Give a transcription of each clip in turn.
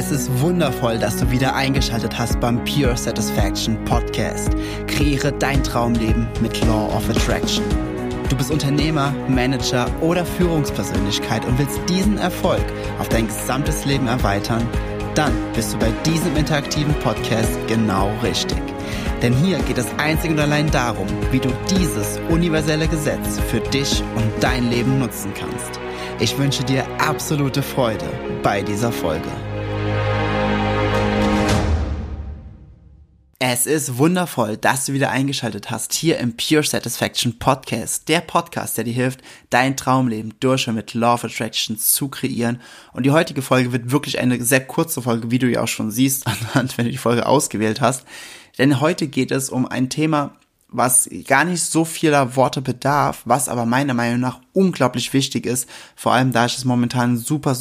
Es ist wundervoll, dass du wieder eingeschaltet hast beim Pure Satisfaction Podcast. Kreiere dein Traumleben mit Law of Attraction. Du bist Unternehmer, Manager oder Führungspersönlichkeit und willst diesen Erfolg auf dein gesamtes Leben erweitern? Dann bist du bei diesem interaktiven Podcast genau richtig. Denn hier geht es einzig und allein darum, wie du dieses universelle Gesetz für dich und dein Leben nutzen kannst. Ich wünsche dir absolute Freude bei dieser Folge. Es ist wundervoll, dass du wieder eingeschaltet hast hier im Pure Satisfaction Podcast. Der Podcast, der dir hilft, dein Traumleben durch und mit Law of Attraction zu kreieren. Und die heutige Folge wird wirklich eine sehr kurze Folge, wie du ja auch schon siehst, anhand, wenn du die Folge ausgewählt hast. Denn heute geht es um ein Thema, was gar nicht so vieler Worte bedarf, was aber meiner Meinung nach unglaublich wichtig ist. Vor allem, da ich es momentan super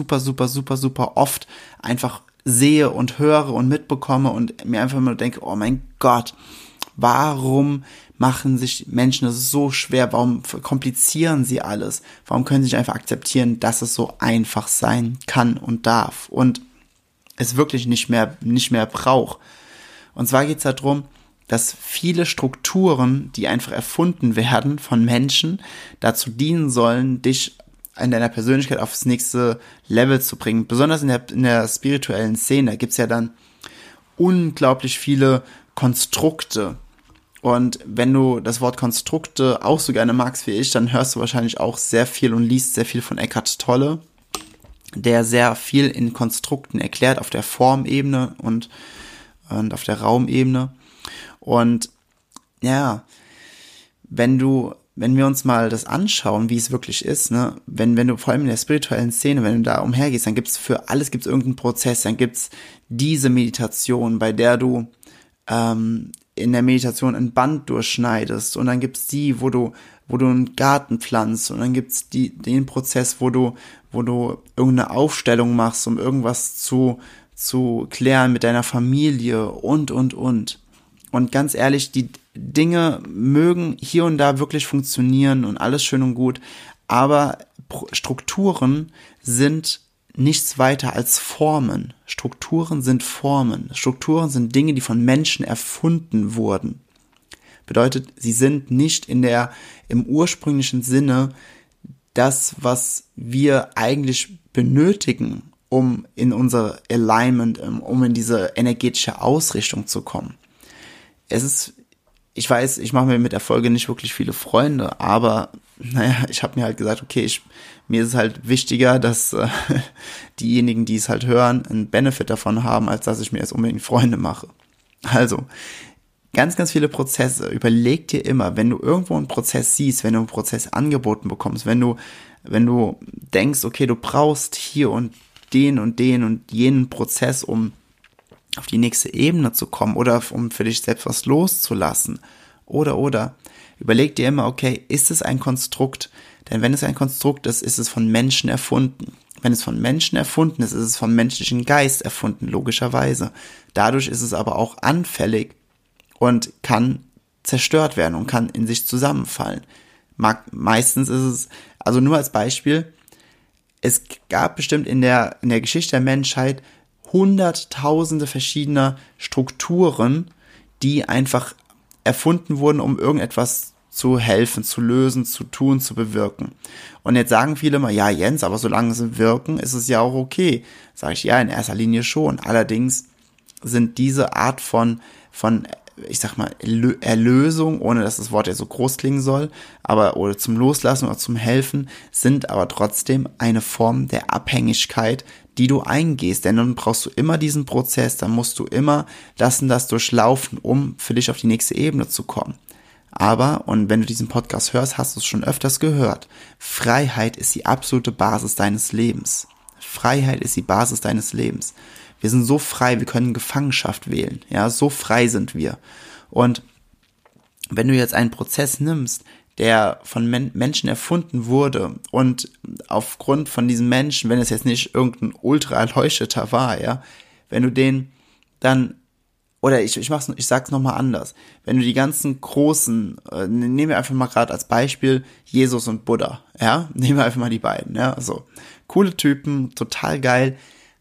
oft einfach sehe und höre und mitbekomme und mir einfach nur denke, oh mein Gott, warum machen sich Menschen das so schwer? Warum komplizieren sie alles? Warum können sie nicht einfach akzeptieren, dass es so einfach sein kann und darf und es wirklich nicht mehr braucht? Und zwar geht es darum, dass viele Strukturen, die einfach erfunden werden von Menschen, dazu dienen sollen, dich in deiner Persönlichkeit aufs nächste Level zu bringen. Besonders in der spirituellen Szene, da gibt's ja dann unglaublich viele Konstrukte. Und wenn du das Wort Konstrukte auch so gerne magst wie ich, dann hörst du wahrscheinlich auch sehr viel und liest sehr viel von Eckhart Tolle, der sehr viel in Konstrukten erklärt, auf der Formebene und auf der Raumebene. Und ja, wenn wir uns mal das anschauen, wie es wirklich ist, ne, wenn du vor allem in der spirituellen Szene, wenn du da umhergehst, dann gibt's für alles irgendeinen Prozess, dann gibt's diese Meditation, bei der du in der Meditation ein Band durchschneidest, und dann gibt's die, wo du einen Garten pflanzt, und dann gibt's den Prozess, wo du irgendeine Aufstellung machst, um irgendwas zu klären mit deiner Familie und. Und ganz ehrlich, die Dinge mögen hier und da wirklich funktionieren und alles schön und gut, aber Strukturen sind nichts weiter als Formen. Strukturen sind Formen. Strukturen sind Dinge, die von Menschen erfunden wurden. Bedeutet, sie sind nicht im ursprünglichen Sinne das, was wir eigentlich benötigen, um in unser Alignment, um in diese energetische Ausrichtung zu kommen. Ich weiß, ich mache mir mit der Folge nicht wirklich viele Freunde, aber ich habe mir halt gesagt, okay, mir ist es halt wichtiger, dass diejenigen, die es halt hören, einen Benefit davon haben, als dass ich mir jetzt unbedingt Freunde mache. Also, ganz viele Prozesse. Überleg dir immer, wenn du irgendwo einen Prozess siehst, wenn du einen Prozess angeboten bekommst, wenn du denkst, okay, du brauchst hier und den und jenen Prozess, um auf die nächste Ebene zu kommen oder um für dich selbst was loszulassen. Oder. Überleg dir immer, okay, ist es ein Konstrukt? Denn wenn es ein Konstrukt ist, ist es von Menschen erfunden. Wenn es von Menschen erfunden ist, ist es vom menschlichen Geist erfunden, logischerweise. Dadurch ist es aber auch anfällig und kann zerstört werden und kann in sich zusammenfallen. Meistens ist es, also nur als Beispiel, es gab bestimmt in der Geschichte der Menschheit hunderttausende verschiedener Strukturen, die einfach erfunden wurden, um irgendetwas zu helfen, zu lösen, zu tun, zu bewirken. Und jetzt sagen viele mal, ja Jens, aber solange sie wirken, ist es ja auch okay. Sage ich, ja, in erster Linie schon. Allerdings sind diese Art von ich sag mal, Erlösung, ohne dass das Wort ja so groß klingen soll, oder zum Loslassen oder zum Helfen, sind aber trotzdem eine Form der Abhängigkeit, die du eingehst. Denn dann brauchst du immer diesen Prozess, dann musst du immer das durchlaufen, um für dich auf die nächste Ebene zu kommen. Aber, und wenn du diesen Podcast hörst, hast du es schon öfters gehört, Freiheit ist die absolute Basis deines Lebens. Freiheit ist die Basis deines Lebens. Wir sind so frei, wir können Gefangenschaft wählen. Ja, so frei sind wir. Und wenn du jetzt einen Prozess nimmst, der von Menschen erfunden wurde, und aufgrund von diesem Menschen, wenn es jetzt nicht irgendein ultra-Erleuchteter war, ja, wenn du den dann, oder ich sag's nochmal anders, wenn du die ganzen großen, nehmen wir einfach mal gerade als Beispiel Jesus und Buddha, ja, nehmen wir einfach mal die beiden, ja, so, coole Typen, total geil,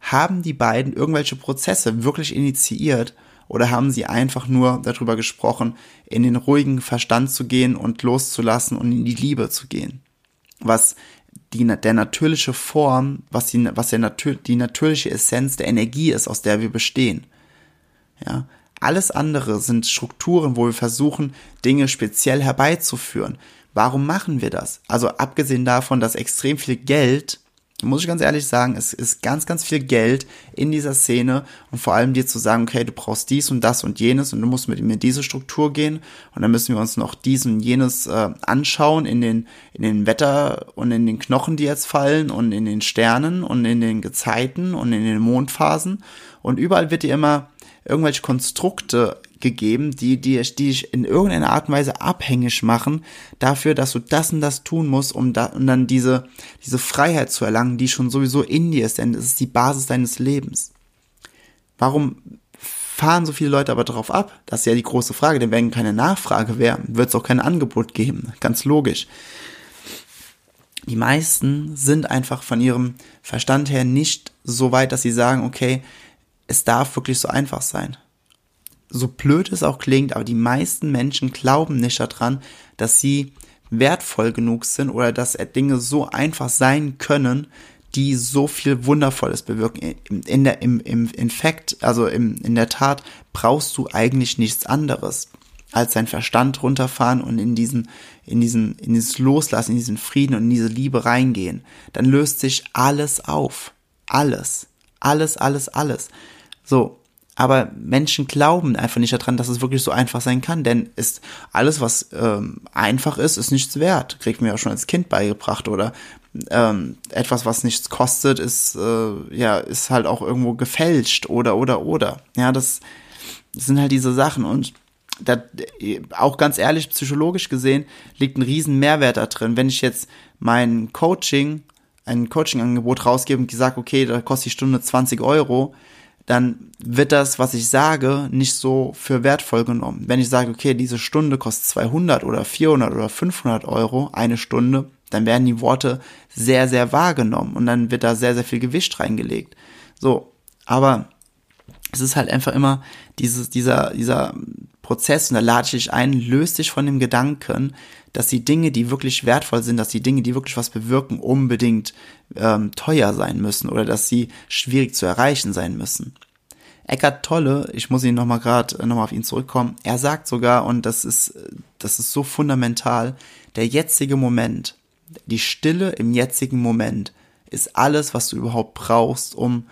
haben die beiden irgendwelche Prozesse wirklich initiiert oder haben sie einfach nur darüber gesprochen, in den ruhigen Verstand zu gehen und loszulassen und in die Liebe zu gehen? Was der natürliche Form, die natürliche Essenz der Energie ist, aus der wir bestehen. Ja, alles andere sind Strukturen, wo wir versuchen, Dinge speziell herbeizuführen. Warum machen wir das? Also abgesehen davon, dass extrem viel Geld, muss ich ganz ehrlich sagen, es ist ganz, ganz viel Geld in dieser Szene und vor allem dir zu sagen, okay, du brauchst dies und das und jenes und du musst mit mir diese Struktur gehen und dann müssen wir uns noch dies und jenes anschauen in den Wetter und in den Knochen, die jetzt fallen und in den Sternen und in den Gezeiten und in den Mondphasen und überall wird dir immer irgendwelche Konstrukte gegeben, die dich in irgendeiner Art und Weise abhängig machen dafür, dass du das und das tun musst, um dann diese Freiheit zu erlangen, die schon sowieso in dir ist, denn es ist die Basis deines Lebens. Warum fahren so viele Leute aber darauf ab? Das ist ja die große Frage, denn wenn keine Nachfrage wäre, wird es auch kein Angebot geben. Ganz logisch. Die meisten sind einfach von ihrem Verstand her nicht so weit, dass sie sagen, okay, es darf wirklich so einfach sein. So blöd es auch klingt, aber die meisten Menschen glauben nicht daran, dass sie wertvoll genug sind oder dass Dinge so einfach sein können, die so viel Wundervolles bewirken. In der Tat brauchst du eigentlich nichts anderes als deinen Verstand runterfahren und in dieses Loslassen, in diesen Frieden und in diese Liebe reingehen. Dann löst sich alles auf. Alles. So, aber Menschen glauben einfach nicht daran, dass es wirklich so einfach sein kann, denn ist alles, was einfach ist nichts wert. Kriegt mir ja schon als Kind beigebracht oder etwas, was nichts kostet, ist halt auch irgendwo gefälscht oder. Ja, das sind halt diese Sachen und auch ganz ehrlich, psychologisch gesehen, liegt ein riesen Mehrwert da drin. Wenn ich jetzt ein Coaching-Angebot rausgebe und sage, okay, da kostet die Stunde 20 Euro, dann wird das, was ich sage, nicht so für wertvoll genommen. Wenn ich sage, okay, diese Stunde kostet 200 oder 400 oder 500 Euro, eine Stunde, dann werden die Worte sehr, sehr wahrgenommen und dann wird da sehr, sehr viel Gewicht reingelegt. So, aber es ist halt einfach immer dieser Prozess, und da lade ich dich ein, löst dich von dem Gedanken, dass die Dinge, die wirklich wertvoll sind, dass die Dinge, die wirklich was bewirken, unbedingt teuer sein müssen oder dass sie schwierig zu erreichen sein müssen. Eckhart Tolle, ich muss ihn nochmal auf ihn zurückkommen, er sagt sogar, und das ist so fundamental, der jetzige Moment, die Stille im jetzigen Moment ist alles, was du überhaupt brauchst, um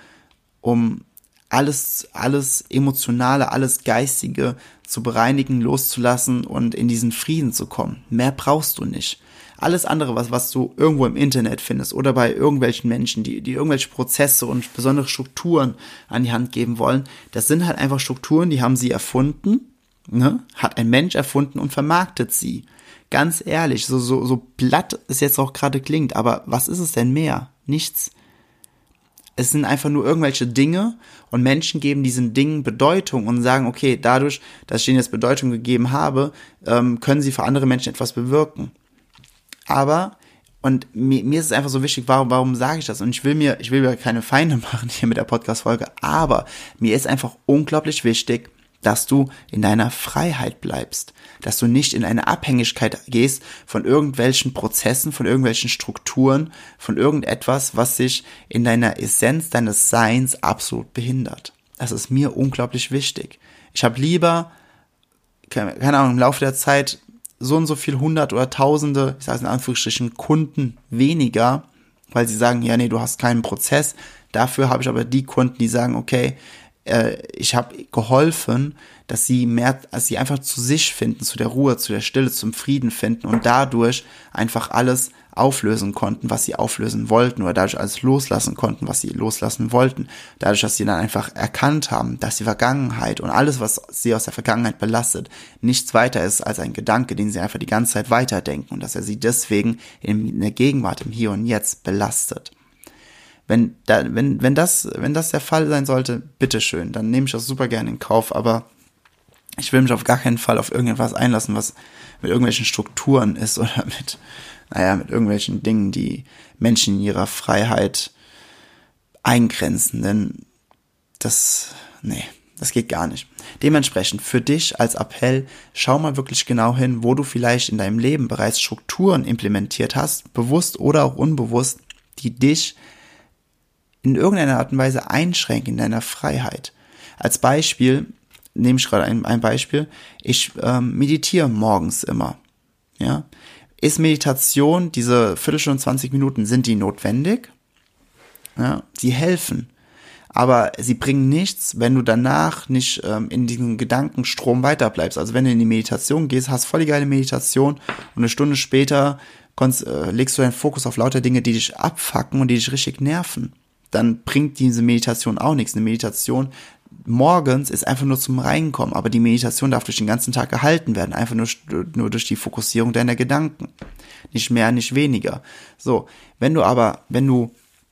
alles Emotionale, alles Geistige zu bereinigen, loszulassen und in diesen Frieden zu kommen. Mehr brauchst du nicht. Alles andere, was du irgendwo im Internet findest oder bei irgendwelchen Menschen, die irgendwelche Prozesse und besondere Strukturen an die Hand geben wollen, das sind halt einfach Strukturen, die haben sie erfunden, ne? Hat ein Mensch erfunden und vermarktet sie. Ganz ehrlich, so platt es jetzt auch gerade klingt, aber was ist es denn mehr? Nichts. Es sind einfach nur irgendwelche Dinge und Menschen geben diesen Dingen Bedeutung und sagen, okay, dadurch, dass ich ihnen jetzt Bedeutung gegeben habe, können sie für andere Menschen etwas bewirken. Aber, und mir ist es einfach so wichtig, warum sage ich das? Und ich will mir keine Feinde machen hier mit der Podcast-Folge, aber mir ist einfach unglaublich wichtig, dass du in deiner Freiheit bleibst, dass du nicht in eine Abhängigkeit gehst von irgendwelchen Prozessen, von irgendwelchen Strukturen, von irgendetwas, was sich in deiner Essenz deines Seins absolut behindert. Das ist mir unglaublich wichtig. Ich habe lieber, keine Ahnung, im Laufe der Zeit so und so viel Hundert oder Tausende, ich sage es in Anführungsstrichen, Kunden weniger, weil sie sagen, ja, nee, du hast keinen Prozess. Dafür habe ich aber die Kunden, die sagen, okay, ich habe geholfen, dass sie einfach zu sich finden, zu der Ruhe, zu der Stille, zum Frieden finden und dadurch einfach alles auflösen konnten, was sie auflösen wollten oder dadurch alles loslassen konnten, was sie loslassen wollten. Dadurch, dass sie dann einfach erkannt haben, dass die Vergangenheit und alles, was sie aus der Vergangenheit belastet, nichts weiter ist als ein Gedanke, den sie einfach die ganze Zeit weiterdenken und dass er sie deswegen in der Gegenwart, im Hier und Jetzt belastet. Wenn das der Fall sein sollte, bitteschön, dann nehme ich das super gerne in Kauf, aber ich will mich auf gar keinen Fall auf irgendetwas einlassen, was mit irgendwelchen Strukturen ist oder mit irgendwelchen Dingen, die Menschen in ihrer Freiheit eingrenzen, denn das geht gar nicht. Dementsprechend für dich als Appell, schau mal wirklich genau hin, wo du vielleicht in deinem Leben bereits Strukturen implementiert hast, bewusst oder auch unbewusst, die dich in irgendeiner Art und Weise einschränken in deiner Freiheit. Als Beispiel, nehme ich gerade ein Beispiel, ich meditiere morgens immer. Ja? Ist Meditation, diese Viertelstunde, 20 Minuten, sind die notwendig? Ja? Sie helfen. Aber sie bringen nichts, wenn du danach nicht in diesem Gedankenstrom weiterbleibst. Also wenn du in die Meditation gehst, hast voll die geile Meditation und eine Stunde später legst du deinen Fokus auf lauter Dinge, die dich abfucken und die dich richtig nerven. Dann bringt diese Meditation auch nichts. Eine Meditation morgens ist einfach nur zum Reinkommen, aber die Meditation darf durch den ganzen Tag gehalten werden, einfach nur durch die Fokussierung deiner Gedanken. Nicht mehr, nicht weniger. So, wenn du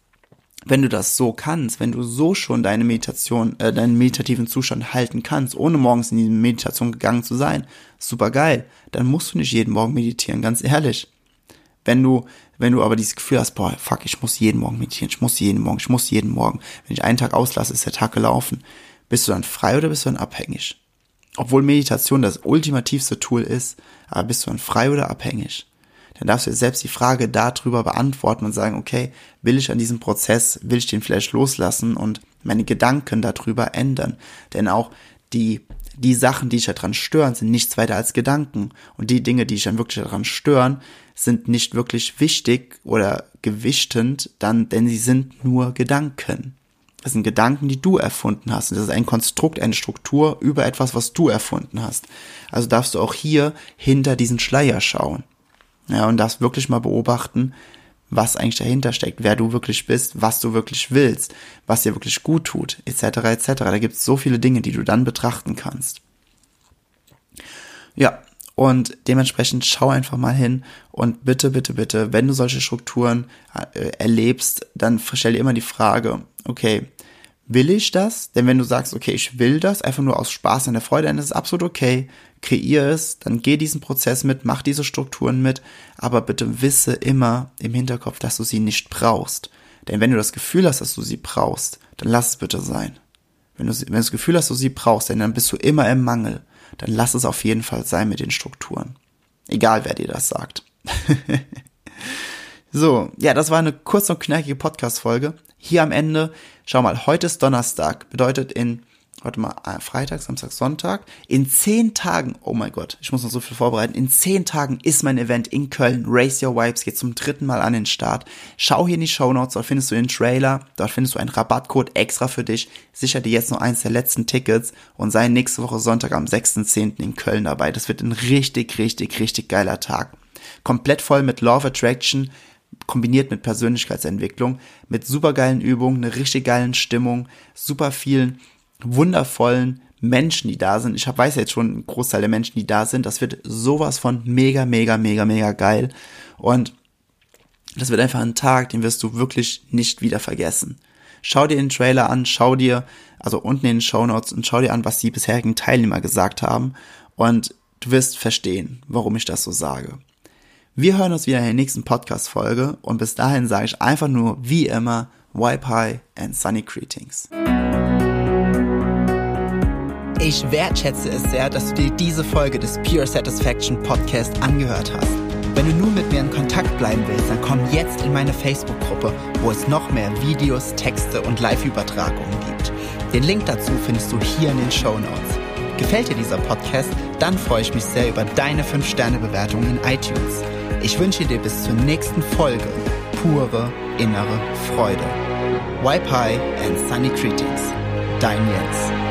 das so kannst, wenn du so schon deine Meditation, deinen meditativen Zustand halten kannst, ohne morgens in die Meditation gegangen zu sein, super geil, dann musst du nicht jeden Morgen meditieren, ganz ehrlich. Wenn du aber dieses Gefühl hast, boah, fuck, ich muss jeden Morgen meditieren, ich muss jeden Morgen, wenn ich einen Tag auslasse, ist der Tag gelaufen. Bist du dann frei oder bist du dann abhängig? Obwohl Meditation das ultimativste Tool ist, aber bist du dann frei oder abhängig? Dann darfst du dir selbst die Frage darüber beantworten und sagen, okay, will ich den vielleicht loslassen und meine Gedanken darüber ändern? Denn auch die Sachen, die dich daran stören, sind nichts weiter als Gedanken. Und die Dinge, die dich dann wirklich daran stören, sind nicht wirklich wichtig oder gewichtend, denn sie sind nur Gedanken. Das sind Gedanken, die du erfunden hast. Und das ist ein Konstrukt, eine Struktur über etwas, was du erfunden hast. Also darfst du auch hier hinter diesen Schleier schauen. Ja, und darfst wirklich mal beobachten, was eigentlich dahinter steckt, wer du wirklich bist, was du wirklich willst, was dir wirklich gut tut, etc., etc. Da gibt es so viele Dinge, die du dann betrachten kannst. Ja, und dementsprechend schau einfach mal hin und bitte, wenn du solche Strukturen erlebst, dann stell dir immer die Frage, okay, will ich das? Denn wenn du sagst, okay, ich will das, einfach nur aus Spaß und der Freude, dann ist es absolut okay, kreier es, dann geh diesen Prozess mit, mach diese Strukturen mit, aber bitte wisse immer im Hinterkopf, dass du sie nicht brauchst. Denn wenn du das Gefühl hast, dass du sie brauchst, dann lass es bitte sein. Wenn du das Gefühl hast, dass du sie brauchst, denn dann bist du immer im Mangel, dann lass es auf jeden Fall sein mit den Strukturen. Egal, wer dir das sagt. So, ja, das war eine kurze und knackige Podcast-Folge. Hier am Ende, schau mal, heute ist Donnerstag, bedeutet Freitag, Samstag, Sonntag, in 10 Tagen, oh mein Gott, ich muss noch so viel vorbereiten, in 10 Tagen ist mein Event in Köln, Raise Your Vibes, geht zum 3. Mal an den Start. Schau hier in die Shownotes, dort findest du den Trailer, dort findest du einen Rabattcode extra für dich, sicher dir jetzt noch eins der letzten Tickets und sei nächste Woche Sonntag am 6.10. in Köln dabei. Das wird ein richtig geiler Tag. Komplett voll mit Law of Attraction, kombiniert mit Persönlichkeitsentwicklung, mit supergeilen Übungen, einer richtig geilen Stimmung, super vielen wundervollen Menschen, die da sind. Ich weiß jetzt schon einen Großteil der Menschen, die da sind. Das wird sowas von mega geil. Und das wird einfach ein Tag, den wirst du wirklich nicht wieder vergessen. Schau dir den Trailer an, unten in den Shownotes und schau dir an, was die bisherigen Teilnehmer gesagt haben. Und du wirst verstehen, warum ich das so sage. Wir hören uns wieder in der nächsten Podcast-Folge und bis dahin sage ich einfach nur, wie immer, Vibe High and Sunny Greetings. Ich wertschätze es sehr, dass du dir diese Folge des Pure Satisfaction Podcast angehört hast. Wenn du nun mit mir in Kontakt bleiben willst, dann komm jetzt in meine Facebook-Gruppe, wo es noch mehr Videos, Texte und Live-Übertragungen gibt. Den Link dazu findest du hier in den Shownotes. Gefällt dir dieser Podcast? Dann freue ich mich sehr über deine 5-Sterne-Bewertung in iTunes. Ich wünsche dir bis zur nächsten Folge pure innere Freude. Vibe High and Sunny Greetings. Dein Jens.